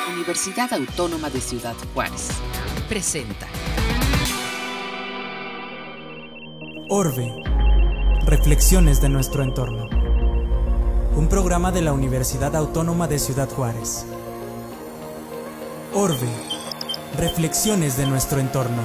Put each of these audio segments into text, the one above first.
Universidad Autónoma de Ciudad Juárez presenta Orbe, reflexiones de nuestro entorno. Un programa de la Universidad Autónoma de Ciudad Juárez. Orbe, reflexiones de nuestro entorno.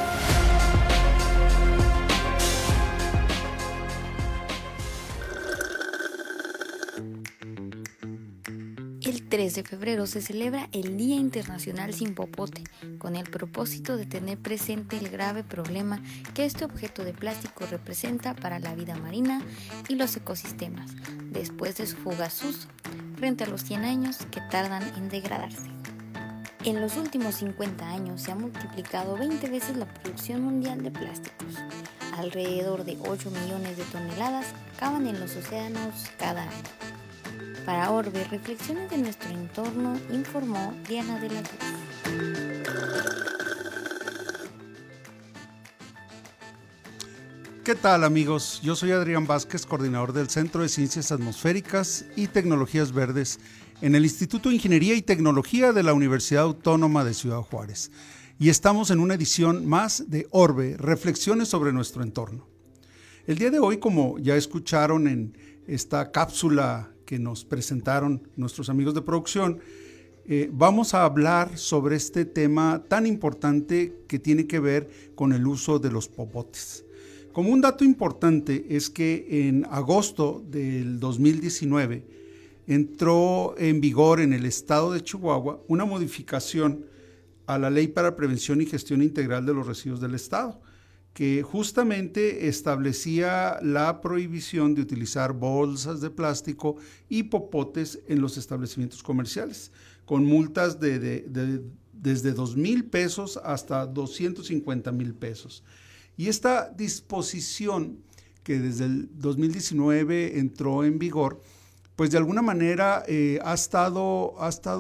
El 3 de febrero se celebra el Día Internacional sin Popote, con el propósito de tener presente el grave problema que este objeto de plástico representa para la vida marina y los ecosistemas, después de su fugaz uso, frente a los 100 años que tardan en degradarse. En los últimos 50 años se ha multiplicado 20 veces la producción mundial de plásticos. Alrededor de 8 millones de toneladas acaban en los océanos cada año. Para Orbe, reflexiones de nuestro entorno, informó Diana de la Cruz. ¿Qué tal, amigos? Yo soy Adrián Vázquez, coordinador del Centro de Ciencias Atmosféricas y Tecnologías Verdes en el Instituto de Ingeniería y Tecnología de la Universidad Autónoma de Ciudad Juárez. Y estamos en una edición más de Orbe, reflexiones sobre nuestro entorno. El día de hoy, como ya escucharon en esta cápsula que nos presentaron nuestros amigos de producción, vamos a hablar sobre este tema tan importante que tiene que ver con el uso de los popotes. Como un dato importante es que en agosto del 2019 entró en vigor en el estado de Chihuahua una modificación a la Ley para Prevención y Gestión Integral de los Residuos del Estado, que justamente establecía la prohibición de utilizar bolsas de plástico y popotes en los establecimientos comerciales, con multas desde 2,000 pesos hasta 250,000 pesos. Y esta disposición, que desde el 2019 entró en vigor, pues de alguna manera ha estado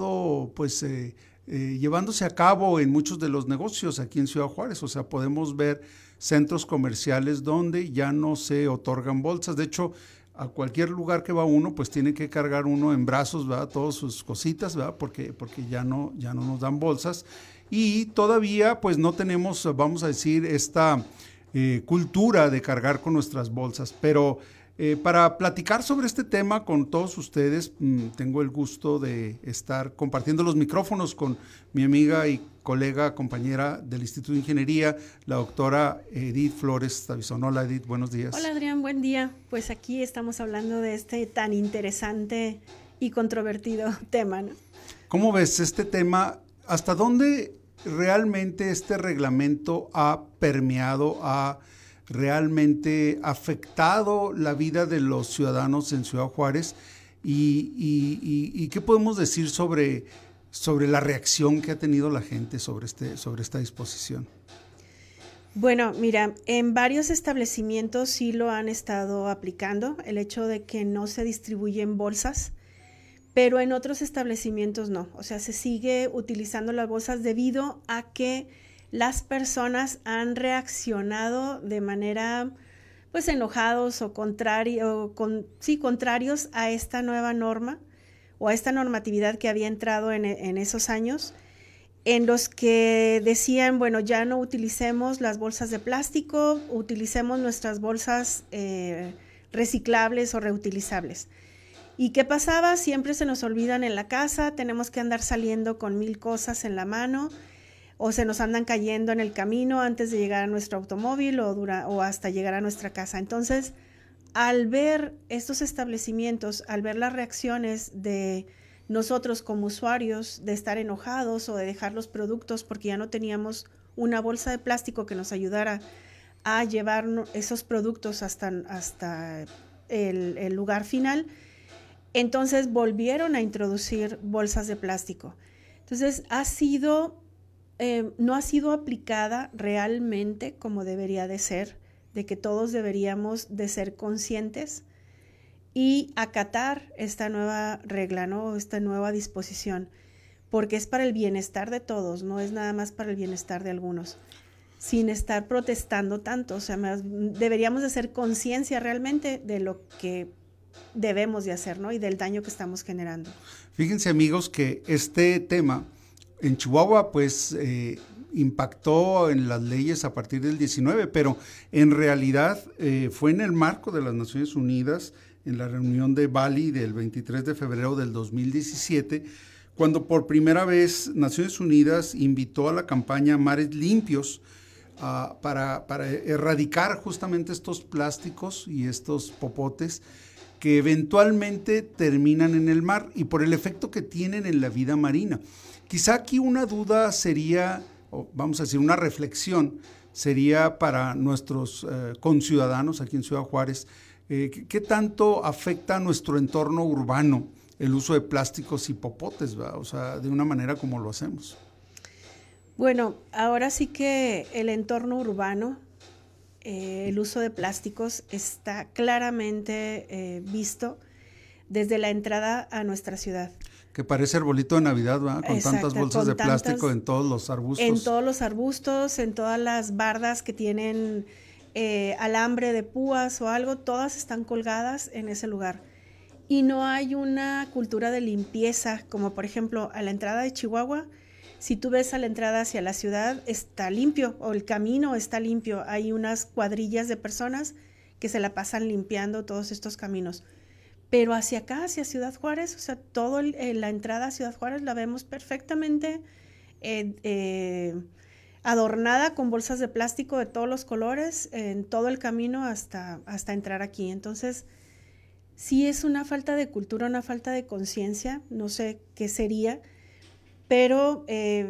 llevándose a cabo en muchos de los negocios aquí en Ciudad Juárez. O sea, podemos ver centros comerciales donde ya no se otorgan bolsas. De hecho, a cualquier lugar que va uno, pues tiene que cargar uno en brazos, ¿verdad? Todas sus cositas, ¿verdad? Porque ya no nos dan bolsas. Y todavía pues no tenemos, vamos a decir, esta cultura de cargar con nuestras bolsas. Pero para platicar sobre este tema con todos ustedes, tengo el gusto de estar compartiendo los micrófonos con mi amiga y colega, compañera del Instituto de Ingeniería, la doctora Edith Flores Tabizón. Hola, Edith, buenos días. Hola, Adrián, buen día. Pues aquí estamos hablando de este tan interesante y controvertido tema, ¿no? ¿Cómo ves este tema? ¿Hasta dónde realmente este reglamento ha permeado, ha realmente afectado la vida de los ciudadanos en Ciudad Juárez? ¿Y qué podemos decir sobre la reacción que ha tenido la gente sobre esta disposición? Bueno, mira, en varios establecimientos sí lo han estado aplicando, el hecho de que no se distribuyen bolsas, pero en otros establecimientos no. O sea, se sigue utilizando las bolsas debido a que las personas han reaccionado de manera, pues, enojados o contrarios a esta nueva norma o a esta normatividad que había entrado en esos años, en los que decían, bueno, ya no utilicemos las bolsas de plástico, utilicemos nuestras bolsas reciclables o reutilizables. ¿Y qué pasaba? Siempre se nos olvidan en la casa, tenemos que andar saliendo con 1,000 cosas en la mano, o se nos andan cayendo en el camino antes de llegar a nuestro automóvil o hasta llegar a nuestra casa. Entonces, al ver estos establecimientos, al ver las reacciones de nosotros como usuarios, de estar enojados o de dejar los productos porque ya no teníamos una bolsa de plástico que nos ayudara a llevar esos productos hasta el lugar final, entonces volvieron a introducir bolsas de plástico. Entonces no ha sido aplicada realmente como debería de ser, de que todos deberíamos de ser conscientes y acatar esta nueva regla, ¿no? Esta nueva disposición, porque es para el bienestar de todos, no es nada más para el bienestar de algunos, sin estar protestando tanto. O sea, deberíamos de hacer conciencia realmente de lo que debemos de hacer, ¿no? Y del daño que estamos generando. Fíjense, amigos, que este tema En Chihuahua, pues, impactó en las leyes a partir del 19, pero en realidad fue en el marco de las Naciones Unidas, en la reunión de Bali del 23 de febrero del 2017, cuando por primera vez Naciones Unidas invitó a la campaña Mares Limpios para erradicar justamente estos plásticos y estos popotes que eventualmente terminan en el mar y por el efecto que tienen en la vida marina. Quizá aquí una duda sería, o vamos a decir, una reflexión sería para nuestros conciudadanos aquí en Ciudad Juárez, ¿qué tanto afecta a nuestro entorno urbano el uso de plásticos y popotes, ¿verdad? O sea, de una manera como lo hacemos? Bueno, ahora sí que el entorno urbano, el uso de plásticos está claramente visto desde la entrada a nuestra ciudad. Que parece arbolito de Navidad, ¿verdad? Con Exacto, tantas bolsas de plástico en todos los arbustos. En todos los arbustos, en todas las bardas que tienen alambre de púas o algo, todas están colgadas en ese lugar. Y no hay una cultura de limpieza, como por ejemplo a la entrada de Chihuahua. Si tú ves a la entrada hacia la ciudad, está limpio, o el camino está limpio. Hay unas cuadrillas de personas que se la pasan limpiando todos estos caminos. Pero hacia acá, hacia Ciudad Juárez, o sea, toda la entrada a Ciudad Juárez la vemos perfectamente adornada con bolsas de plástico de todos los colores, en todo el camino hasta entrar aquí. Entonces, sí es una falta de cultura, una falta de conciencia, no sé qué sería, pero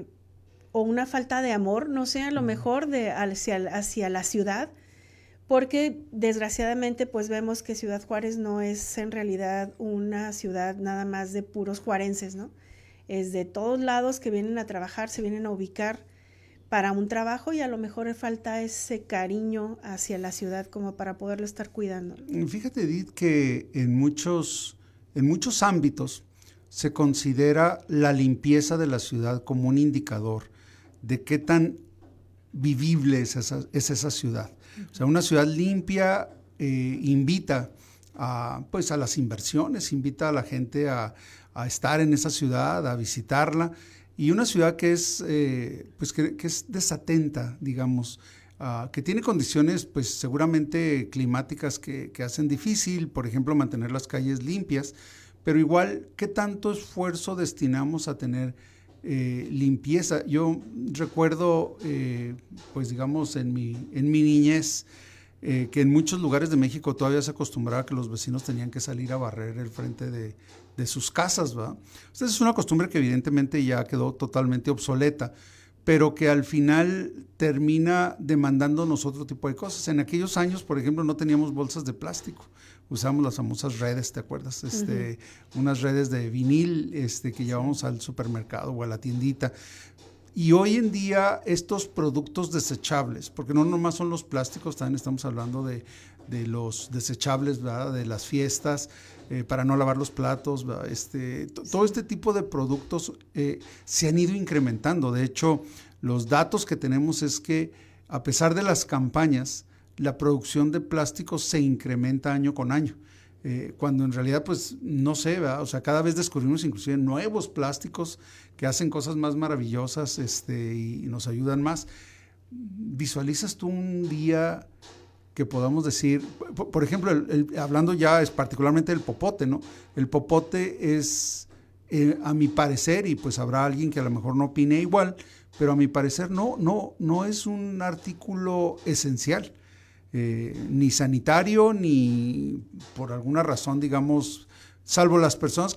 o una falta de amor, no sé, a lo mejor hacia la ciudad, porque desgraciadamente pues vemos que Ciudad Juárez no es en realidad una ciudad nada más de puros juarenses, ¿no? Es de todos lados que vienen a trabajar, se vienen a ubicar para un trabajo y a lo mejor falta ese cariño hacia la ciudad como para poderlo estar cuidando. Fíjate, Edith, que en muchos ámbitos se considera la limpieza de la ciudad como un indicador de qué tan vivible es esa ciudad. O sea, una ciudad limpia invita a las inversiones, invita a la gente a estar en esa ciudad, a visitarla, y una ciudad que es, que es desatenta, digamos, que tiene condiciones pues seguramente climáticas que hacen difícil, por ejemplo, mantener las calles limpias, pero igual, ¿qué tanto esfuerzo destinamos a tener limpieza? Yo recuerdo, pues digamos, en mi niñez, que en muchos lugares de México todavía se acostumbraba que los vecinos tenían que salir a barrer el frente de sus casas, ¿verdad? Esta es una costumbre que evidentemente ya quedó totalmente obsoleta, pero que al final termina demandándonos otro tipo de cosas. En aquellos años, por ejemplo, no teníamos bolsas de plástico, usábamos las famosas redes, ¿te acuerdas? Unas redes de vinil que llevábamos al supermercado o a la tiendita. Y hoy en día estos productos desechables, porque no nomás son los plásticos, también estamos hablando de los desechables, ¿verdad? De las fiestas, para no lavar los platos, todo este tipo de productos se han ido incrementando. De hecho, los datos que tenemos es que a pesar de las campañas, la producción de plásticos se incrementa año con año. Cuando en realidad, pues, no sé, ¿verdad? O sea, cada vez descubrimos inclusive nuevos plásticos que hacen cosas más maravillosas y nos ayudan más. ¿Visualizas tú un día que podamos decir, por ejemplo, hablando ya es particularmente del popote, ¿no? El popote es, a mi parecer, y pues habrá alguien que a lo mejor no opine igual, pero a mi parecer no es un artículo esencial. Ni sanitario, ni por alguna razón, digamos, salvo las personas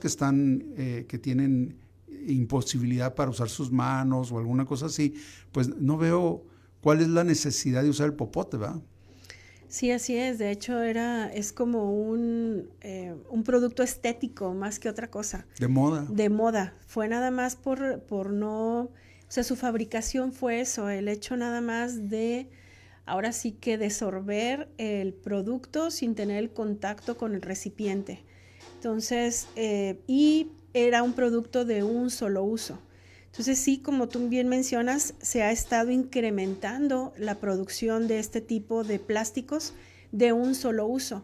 que tienen imposibilidad para usar sus manos o alguna cosa así, pues no veo cuál es la necesidad de usar el popote, ¿verdad? Sí, así es. De hecho, es como un producto estético más que otra cosa. De moda. De moda. Fue nada más por no... O sea, su fabricación fue eso, el hecho nada más de... Ahora sí que de sorber el producto sin tener el contacto con el recipiente. Entonces, y era un producto de un solo uso. Entonces sí, como tú bien mencionas, se ha estado incrementando la producción de este tipo de plásticos de un solo uso.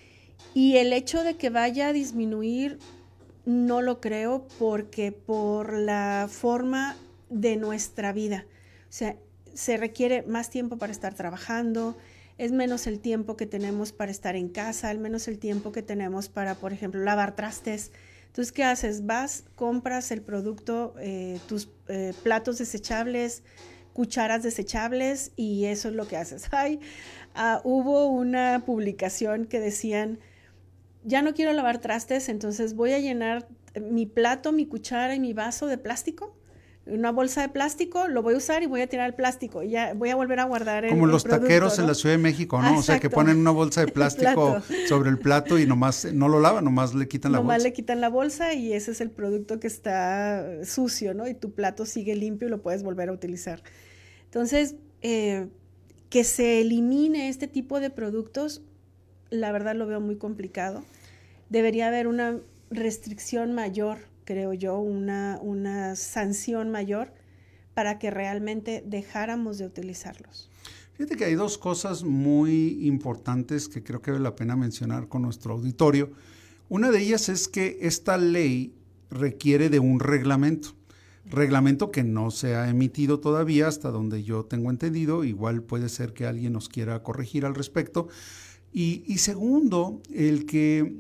Y el hecho de que vaya a disminuir, no lo creo, porque por la forma de nuestra vida. O sea, se requiere más tiempo para estar trabajando, es menos el tiempo que tenemos para estar en casa, al menos el tiempo que tenemos para, por ejemplo, lavar trastes. Entonces, ¿qué haces? Vas, compras el producto, tus platos desechables, cucharas desechables, y eso es lo que haces. Hubo una publicación que decían, ya no quiero lavar trastes, entonces voy a llenar mi plato, mi cuchara y mi vaso de plástico, una bolsa de plástico, lo voy a usar y voy a tirar el plástico y ya voy a volver a guardar como los producto, taqueros, ¿no? En la Ciudad de México, ¿no? Exacto. O sea, que ponen una bolsa de plástico sobre el plato y nomás no lo lavan, nomás le quitan la bolsa. Nomás le quitan la bolsa y ese es el producto que está sucio, ¿no? Y tu plato sigue limpio y lo puedes volver a utilizar. Entonces, que se elimine este tipo de productos, la verdad lo veo muy complicado. Debería haber una restricción mayor, creo yo, una sanción mayor para que realmente dejáramos de utilizarlos. Fíjate que hay dos cosas muy importantes que creo que vale la pena mencionar con nuestro auditorio. Una de ellas es que esta ley requiere de un reglamento que no se ha emitido todavía, hasta donde yo tengo entendido. Igual puede ser que alguien nos quiera corregir al respecto. Y segundo, el que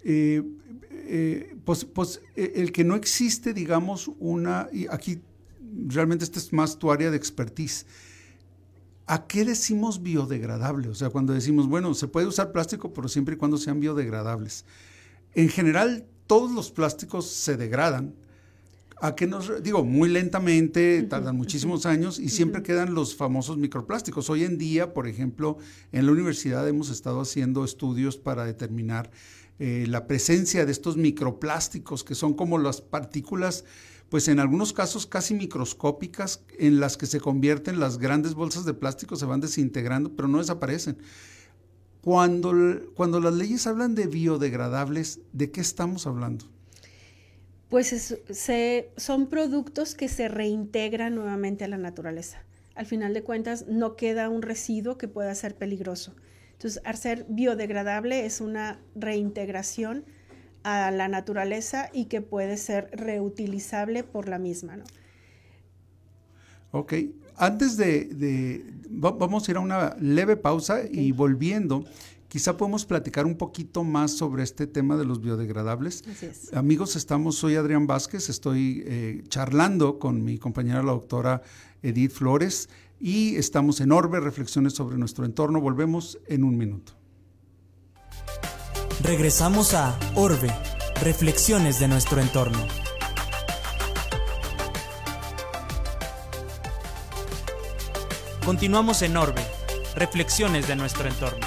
el que no existe, digamos, y aquí realmente esta es más tu área de expertise. ¿A qué decimos biodegradable? O sea, cuando decimos, bueno, se puede usar plástico, pero siempre y cuando sean biodegradables. En general, todos los plásticos se degradan. ¿A qué muy lentamente, tardan muchísimos años y siempre quedan los famosos microplásticos? Hoy en día, por ejemplo, en la universidad hemos estado haciendo estudios para determinar la presencia de estos microplásticos, que son como las partículas, pues en algunos casos casi microscópicas, en las que se convierten las grandes bolsas de plástico, se van desintegrando, pero no desaparecen. Cuando las leyes hablan de biodegradables, ¿de qué estamos hablando? Pues son productos que se reintegran nuevamente a la naturaleza. Al final de cuentas, no queda un residuo que pueda ser peligroso. Entonces, al ser biodegradable es una reintegración a la naturaleza y que puede ser reutilizable por la misma, ¿no? Ok, antes vamos a ir a una leve pausa y volviendo, quizá podemos platicar un poquito más sobre este tema de los biodegradables. Así es. Amigos, soy Adrián Vázquez, estoy charlando con mi compañera la doctora Edith Flores y estamos en Orbe, reflexiones sobre nuestro entorno. Volvemos en un minuto. Regresamos a Orbe, reflexiones de nuestro entorno. Continuamos en Orbe, reflexiones de nuestro entorno.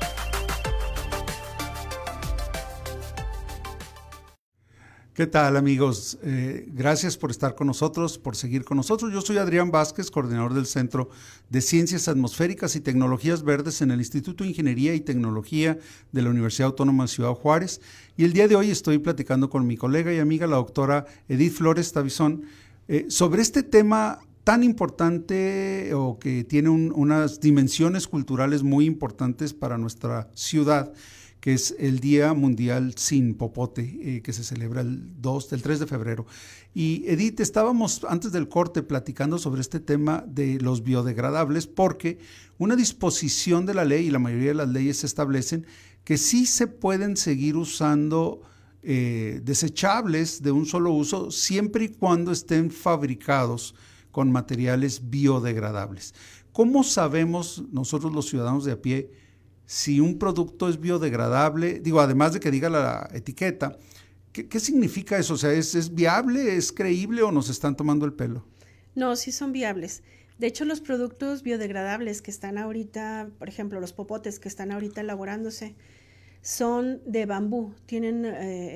¿Qué tal, amigos? Gracias por estar con nosotros, por seguir con nosotros. Yo soy Adrián Vázquez, coordinador del Centro de Ciencias Atmosféricas y Tecnologías Verdes en el Instituto de Ingeniería y Tecnología de la Universidad Autónoma de Ciudad Juárez. Y el día de hoy estoy platicando con mi colega y amiga, la doctora Edith Flores Tavizón, sobre este tema tan importante o que tiene unas dimensiones culturales muy importantes para nuestra ciudad, que es el Día Mundial Sin Popote, que se celebra el 3 de febrero. Y Edith, estábamos antes del corte platicando sobre este tema de los biodegradables, porque una disposición de la ley, y la mayoría de las leyes establecen, que sí se pueden seguir usando desechables de un solo uso, siempre y cuando estén fabricados con materiales biodegradables. ¿Cómo sabemos nosotros los ciudadanos de a pie si un producto es biodegradable? Digo, además de que diga la etiqueta, ¿qué significa eso? O sea, ¿es viable, es creíble o nos están tomando el pelo? No, sí son viables. De hecho, los productos biodegradables que están ahorita, por ejemplo, los popotes que están ahorita elaborándose, son de bambú, tienen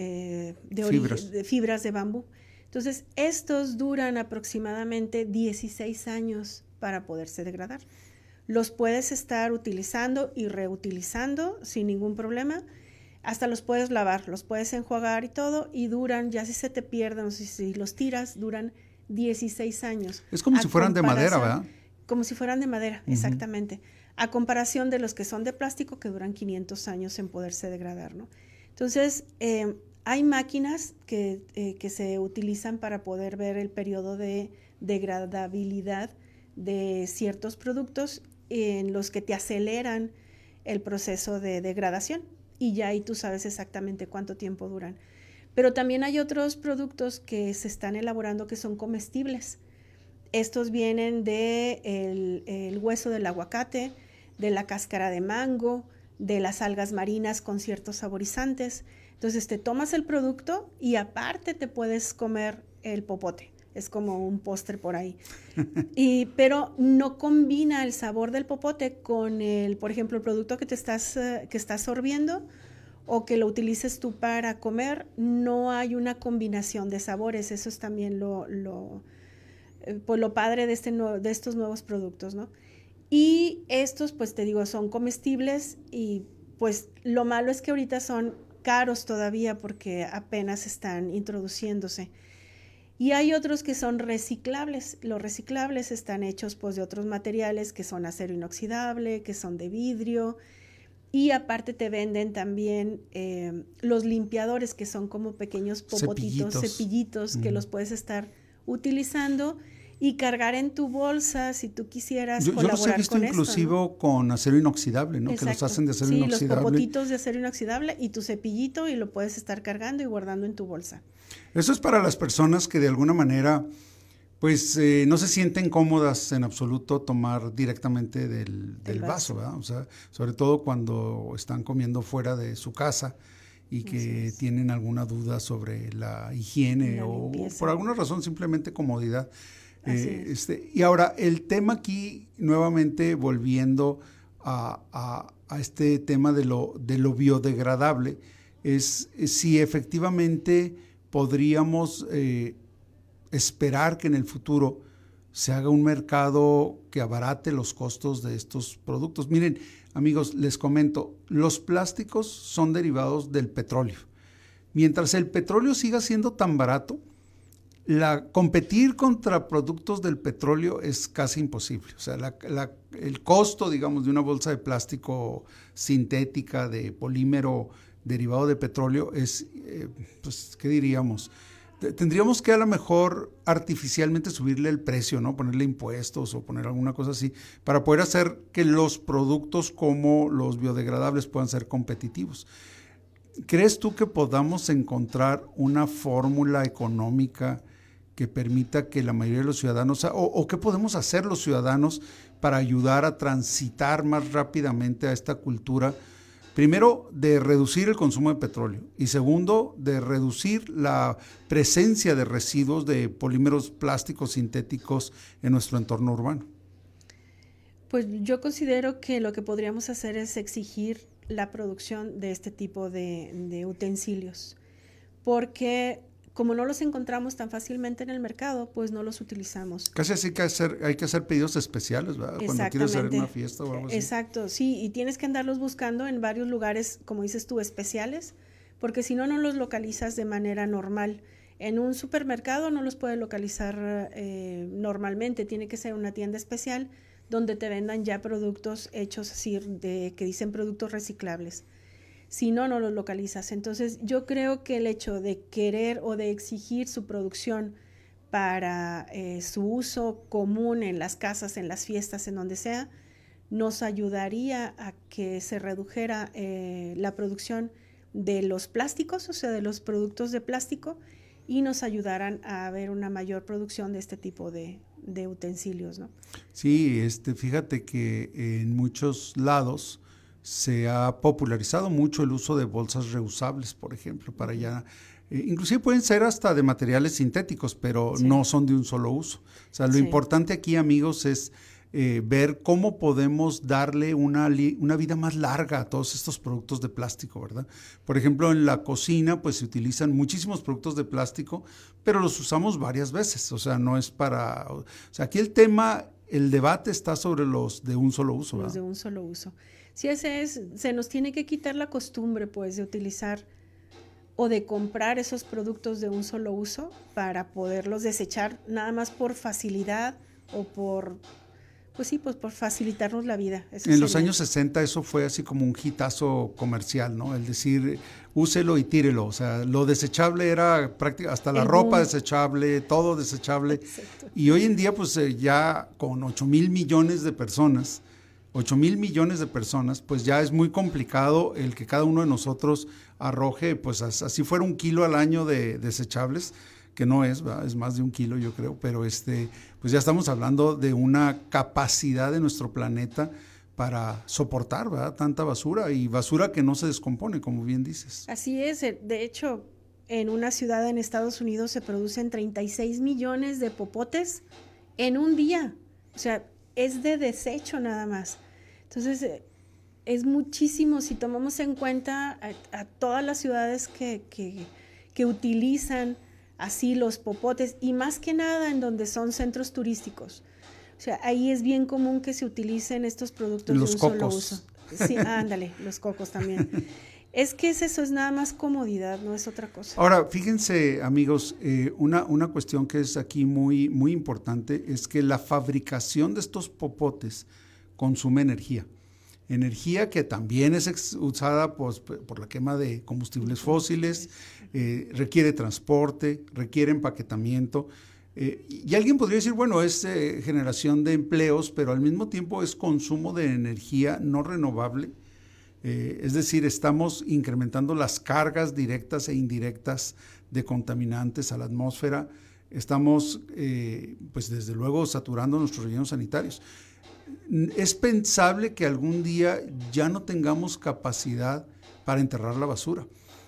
fibras de bambú. Entonces, estos duran aproximadamente 16 años para poderse degradar. Los puedes estar utilizando y reutilizando sin ningún problema. Hasta los puedes lavar, los puedes enjuagar y todo, y duran, ya si se te pierden o si los tiras, duran 16 años. Es como si fueran de madera, ¿verdad? Como si fueran de madera, exactamente. A comparación de los que son de plástico, que duran 500 años en poderse degradar, ¿no? Entonces, Hay máquinas que se utilizan para poder ver el periodo de degradabilidad de ciertos productos en los que te aceleran el proceso de degradación y ya ahí tú sabes exactamente cuánto tiempo duran. Pero también hay otros productos que se están elaborando que son comestibles. Estos vienen el hueso del aguacate, de la cáscara de mango, de las algas marinas con ciertos saborizantes. Entonces te tomas el producto y aparte te puedes comer el popote. Es como un postre por ahí. Pero no combina el sabor del popote con por ejemplo, el producto que estás sorbiendo o que lo utilices tú para comer. No hay una combinación de sabores. Eso es también lo padre de estos nuevos productos, ¿no? Y estos, pues te digo, son comestibles y pues lo malo es que ahorita son caros todavía porque apenas están introduciéndose. Y hay otros que son reciclables. Los reciclables están hechos pues de otros materiales que son acero inoxidable, que son de vidrio, y aparte te venden también los limpiadores, que son como pequeños popotitos, cepillitos que los puedes estar utilizando y cargar en tu bolsa si tú quisieras colaborar con esto. Yo los he visto inclusive, ¿no?, con acero inoxidable, ¿no? Exacto. Que los hacen de acero inoxidable. Sí, los popotitos de acero inoxidable y tu cepillito, y lo puedes estar cargando y guardando en tu bolsa. Eso es para las personas que de alguna manera pues no se sienten cómodas en absoluto tomar directamente del vaso, ¿verdad? O sea, sobre todo cuando están comiendo fuera de su casa y que tienen alguna duda sobre la higiene o por alguna razón simplemente comodidad. Y ahora, el tema aquí, nuevamente volviendo a este tema de lo biodegradable, es si efectivamente podríamos esperar que en el futuro se haga un mercado que abarate los costos de estos productos. Miren, amigos, les comento, los plásticos son derivados del petróleo. Mientras el petróleo siga siendo tan barato, competir contra productos del petróleo es casi imposible. O sea, el costo, digamos, de una bolsa de plástico sintética de polímero derivado de petróleo es, pues, ¿qué diríamos? Tendríamos que a lo mejor artificialmente subirle el precio, ¿no? Ponerle impuestos o poner alguna cosa así para poder hacer que los productos como los biodegradables puedan ser competitivos. ¿Crees tú que podamos encontrar una fórmula económica que permita que la mayoría de los ciudadanos, o qué podemos hacer los ciudadanos para ayudar a transitar más rápidamente a esta cultura? Primero, de reducir el consumo de petróleo y segundo, de reducir la presencia de residuos de polímeros plásticos sintéticos en nuestro entorno urbano. Pues yo considero que lo que podríamos hacer es exigir la producción de este tipo de utensilios, porque como no los encontramos tan fácilmente en el mercado, pues no los utilizamos. Casi así que hay que hacer pedidos especiales, ¿verdad? Cuando quieres hacer una fiesta o algo así. Exacto, sí, y tienes que andarlos buscando en varios lugares, como dices tú, especiales, porque si no, no los localizas de manera normal. En un supermercado no los puedes localizar normalmente, tiene que ser una tienda especial donde te vendan ya productos hechos así, que dicen productos reciclables. Si no, no los localizas. Entonces, yo creo que el hecho de querer o de exigir su producción para su uso común en las casas, en las fiestas, en donde sea, nos ayudaría a que se redujera la producción de los plásticos, o sea, de los productos de plástico, y nos ayudaran a ver una mayor producción de este tipo de utensilios, ¿no? Sí, fíjate que en muchos lados se ha popularizado mucho el uso de bolsas reusables, por ejemplo, para ya, inclusive pueden ser hasta de materiales sintéticos, pero no son de un solo uso. O sea, lo importante aquí, amigos, es ver cómo podemos darle una vida más larga a todos estos productos de plástico, ¿verdad? Por ejemplo, en la cocina, pues se utilizan muchísimos productos de plástico, pero los usamos varias veces, o sea, no es para... O sea, aquí el debate está sobre los de un solo uso, ¿verdad? Los de un solo uso. Sí, se nos tiene que quitar la costumbre, pues, de utilizar o de comprar esos productos de un solo uso para poderlos desechar nada más por facilidad o pues sí, pues por facilitarnos la vida. Eso en los sería. años 60 eso fue así como un hitazo comercial, ¿no? El decir, úselo y tírelo. O sea, lo desechable era prácticamente, hasta la ropa desechable, todo desechable. Exacto. Y hoy en día, pues ya con 8,000 millones de personas, 8,000 millones de personas, pues ya es muy complicado el que cada uno de nosotros arroje, pues así fuera 1 kilo al año de desechables, que no es, ¿verdad? Es más de 1 kilo yo creo, pero pues ya estamos hablando de una capacidad de nuestro planeta para soportar, ¿verdad? Tanta basura, y basura que no se descompone, como bien dices. Así es, de hecho, en una ciudad en Estados Unidos se producen 36 millones de popotes en un día, o sea, es de desecho nada más. Entonces, es muchísimo si tomamos en cuenta a todas las ciudades que utilizan así los popotes, y más que nada en donde son centros turísticos. O sea, ahí es bien común que se utilicen estos productos los de un cocos. solo uso. Sí, ándale, los cocos también. Es que eso es nada más comodidad, no es otra cosa. Ahora, fíjense, amigos, una cuestión que es aquí muy, muy importante es que la fabricación de estos popotes consume energía. Energía que también es usada pues, por la quema de combustibles fósiles, requiere transporte, requiere empaquetamiento. Y alguien podría decir, bueno, es generación de empleos, pero al mismo tiempo es consumo de energía no renovable. Es decir, estamos incrementando las cargas directas e indirectas de contaminantes a la atmósfera. Estamos, pues desde luego, saturando nuestros rellenos sanitarios. Es pensable que algún día ya no tengamos capacidad para enterrar la basura.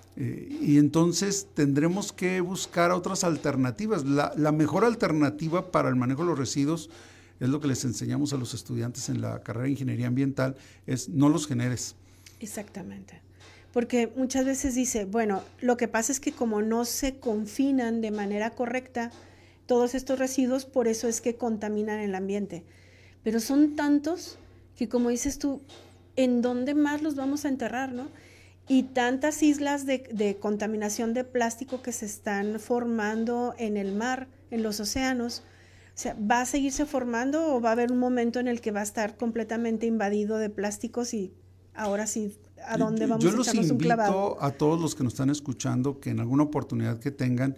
Y entonces tendremos que buscar otras alternativas. La mejor alternativa para el manejo de los residuos es lo que les enseñamos a los estudiantes en la carrera de Ingeniería Ambiental, es no los generes. Exactamente. Porque muchas veces dice, bueno, lo que pasa es que como no se confinan de manera correcta todos estos residuos, por eso es que contaminan el ambiente. Pero son tantos que, como dices tú, ¿en dónde más los vamos a enterrar, no? Y tantas islas de contaminación de plástico que se están formando en el mar, en los océanos. O sea, ¿va a seguirse formando o va a haber un momento en el que va a estar completamente invadido de plásticos y ahora sí, ¿a dónde vamos a echarnos un clavado? Yo los invito a todos los que nos están escuchando que en alguna oportunidad que tengan,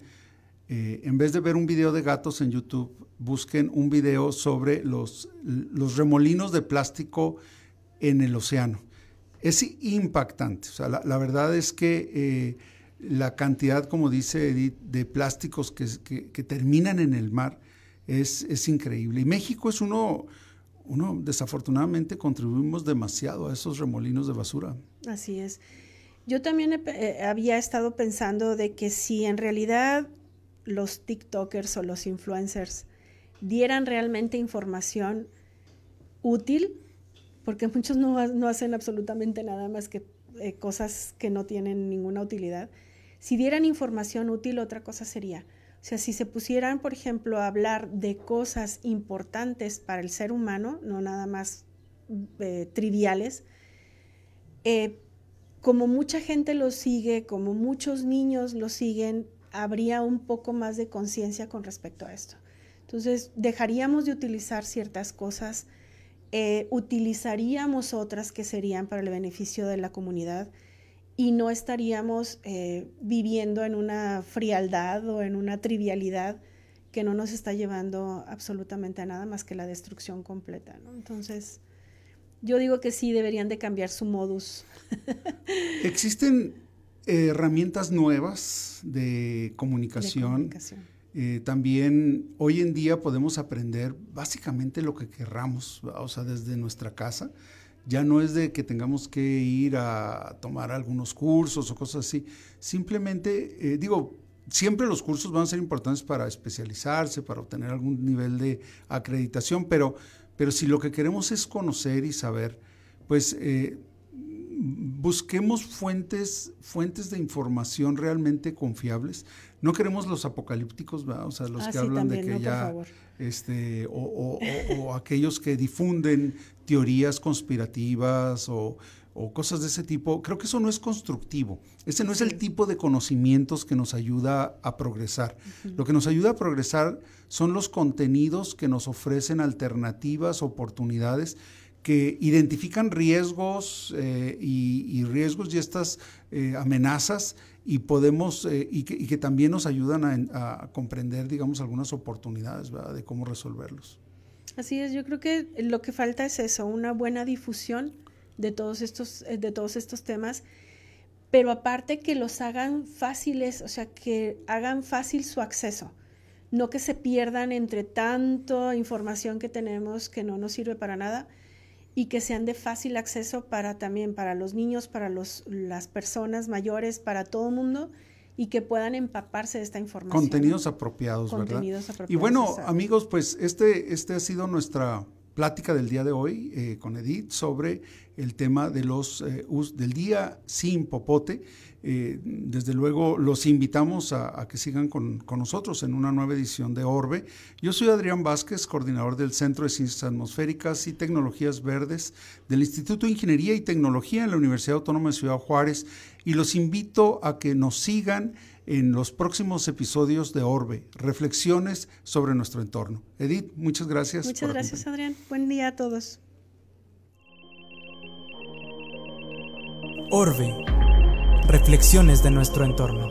en vez de ver un video de gatos en YouTube, busquen un video sobre los remolinos de plástico en el océano. Es impactante. O sea, la verdad es que la cantidad, como dice Edith, de plásticos que terminan en el mar es increíble. Y México es uno, desafortunadamente, contribuimos demasiado a esos remolinos de basura. Así es. Yo también había estado pensando de que si en realidad los TikTokers o los influencers dieran realmente información útil, porque muchos no hacen absolutamente nada más que cosas que no tienen ninguna utilidad. Si dieran información útil, otra cosa sería. O sea, si se pusieran, por ejemplo, a hablar de cosas importantes para el ser humano, no nada más triviales, como mucha gente lo sigue, como muchos niños lo siguen, habría un poco más de conciencia con respecto a esto. Entonces, dejaríamos de utilizar ciertas cosas, utilizaríamos otras que serían para el beneficio de la comunidad y no estaríamos viviendo en una frialdad o en una trivialidad que no nos está llevando absolutamente a nada más que la destrucción completa, ¿no? Entonces, yo digo que sí deberían de cambiar su modus. Existen herramientas nuevas de comunicación. También hoy en día podemos aprender básicamente lo que querramos, o sea, desde nuestra casa. Ya no es de que tengamos que ir a tomar algunos cursos o cosas así. Simplemente, siempre los cursos van a ser importantes para especializarse, para obtener algún nivel de acreditación, pero si lo que queremos es conocer y saber, pues busquemos fuentes de información realmente confiables. No queremos los apocalípticos, ¿verdad? O sea, los que hablan también, de que ya, o aquellos que difunden teorías conspirativas o o cosas de ese tipo, creo que eso no es constructivo. Ese no es el tipo de conocimientos que nos ayuda a progresar. Lo que nos ayuda a progresar son los contenidos que nos ofrecen alternativas, oportunidades, que identifican riesgos y riesgos y estas amenazas y podemos y que también nos ayudan a comprender, digamos, algunas oportunidades, ¿verdad?, de cómo resolverlos. Así es, yo creo que lo que falta es eso, una buena difusión de todos estos temas, pero aparte que los hagan fáciles, o sea, que hagan fácil su acceso, no que se pierdan entre tanta información que tenemos que no nos sirve para nada, y que sean de fácil acceso también para los niños, para las personas mayores, para todo el mundo, y que puedan empaparse de esta información. Contenidos apropiados, ¿verdad? Contenidos apropiados. Y bueno, exacto. Amigos, pues este ha sido nuestra plática del día de hoy con Edith sobre el tema de del Día Sin Popote. Desde luego los invitamos a que sigan con nosotros en una nueva edición de Orbe. Yo soy Adrián Vázquez, coordinador del Centro de Ciencias Atmosféricas y Tecnologías Verdes del Instituto de Ingeniería y Tecnología en la Universidad Autónoma de Ciudad Juárez, y los invito a que nos sigan en los próximos episodios de Orbe, reflexiones sobre nuestro entorno. Edith, muchas gracias. Muchas gracias, Adrián. Buen día a todos. Orbe, reflexiones de nuestro entorno.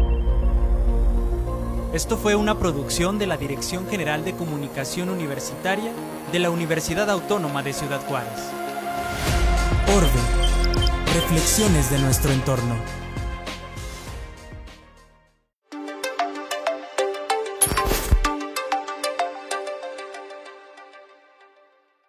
Esto fue una producción de la Dirección General de Comunicación Universitaria de la Universidad Autónoma de Ciudad Juárez. Orbe, reflexiones de nuestro entorno.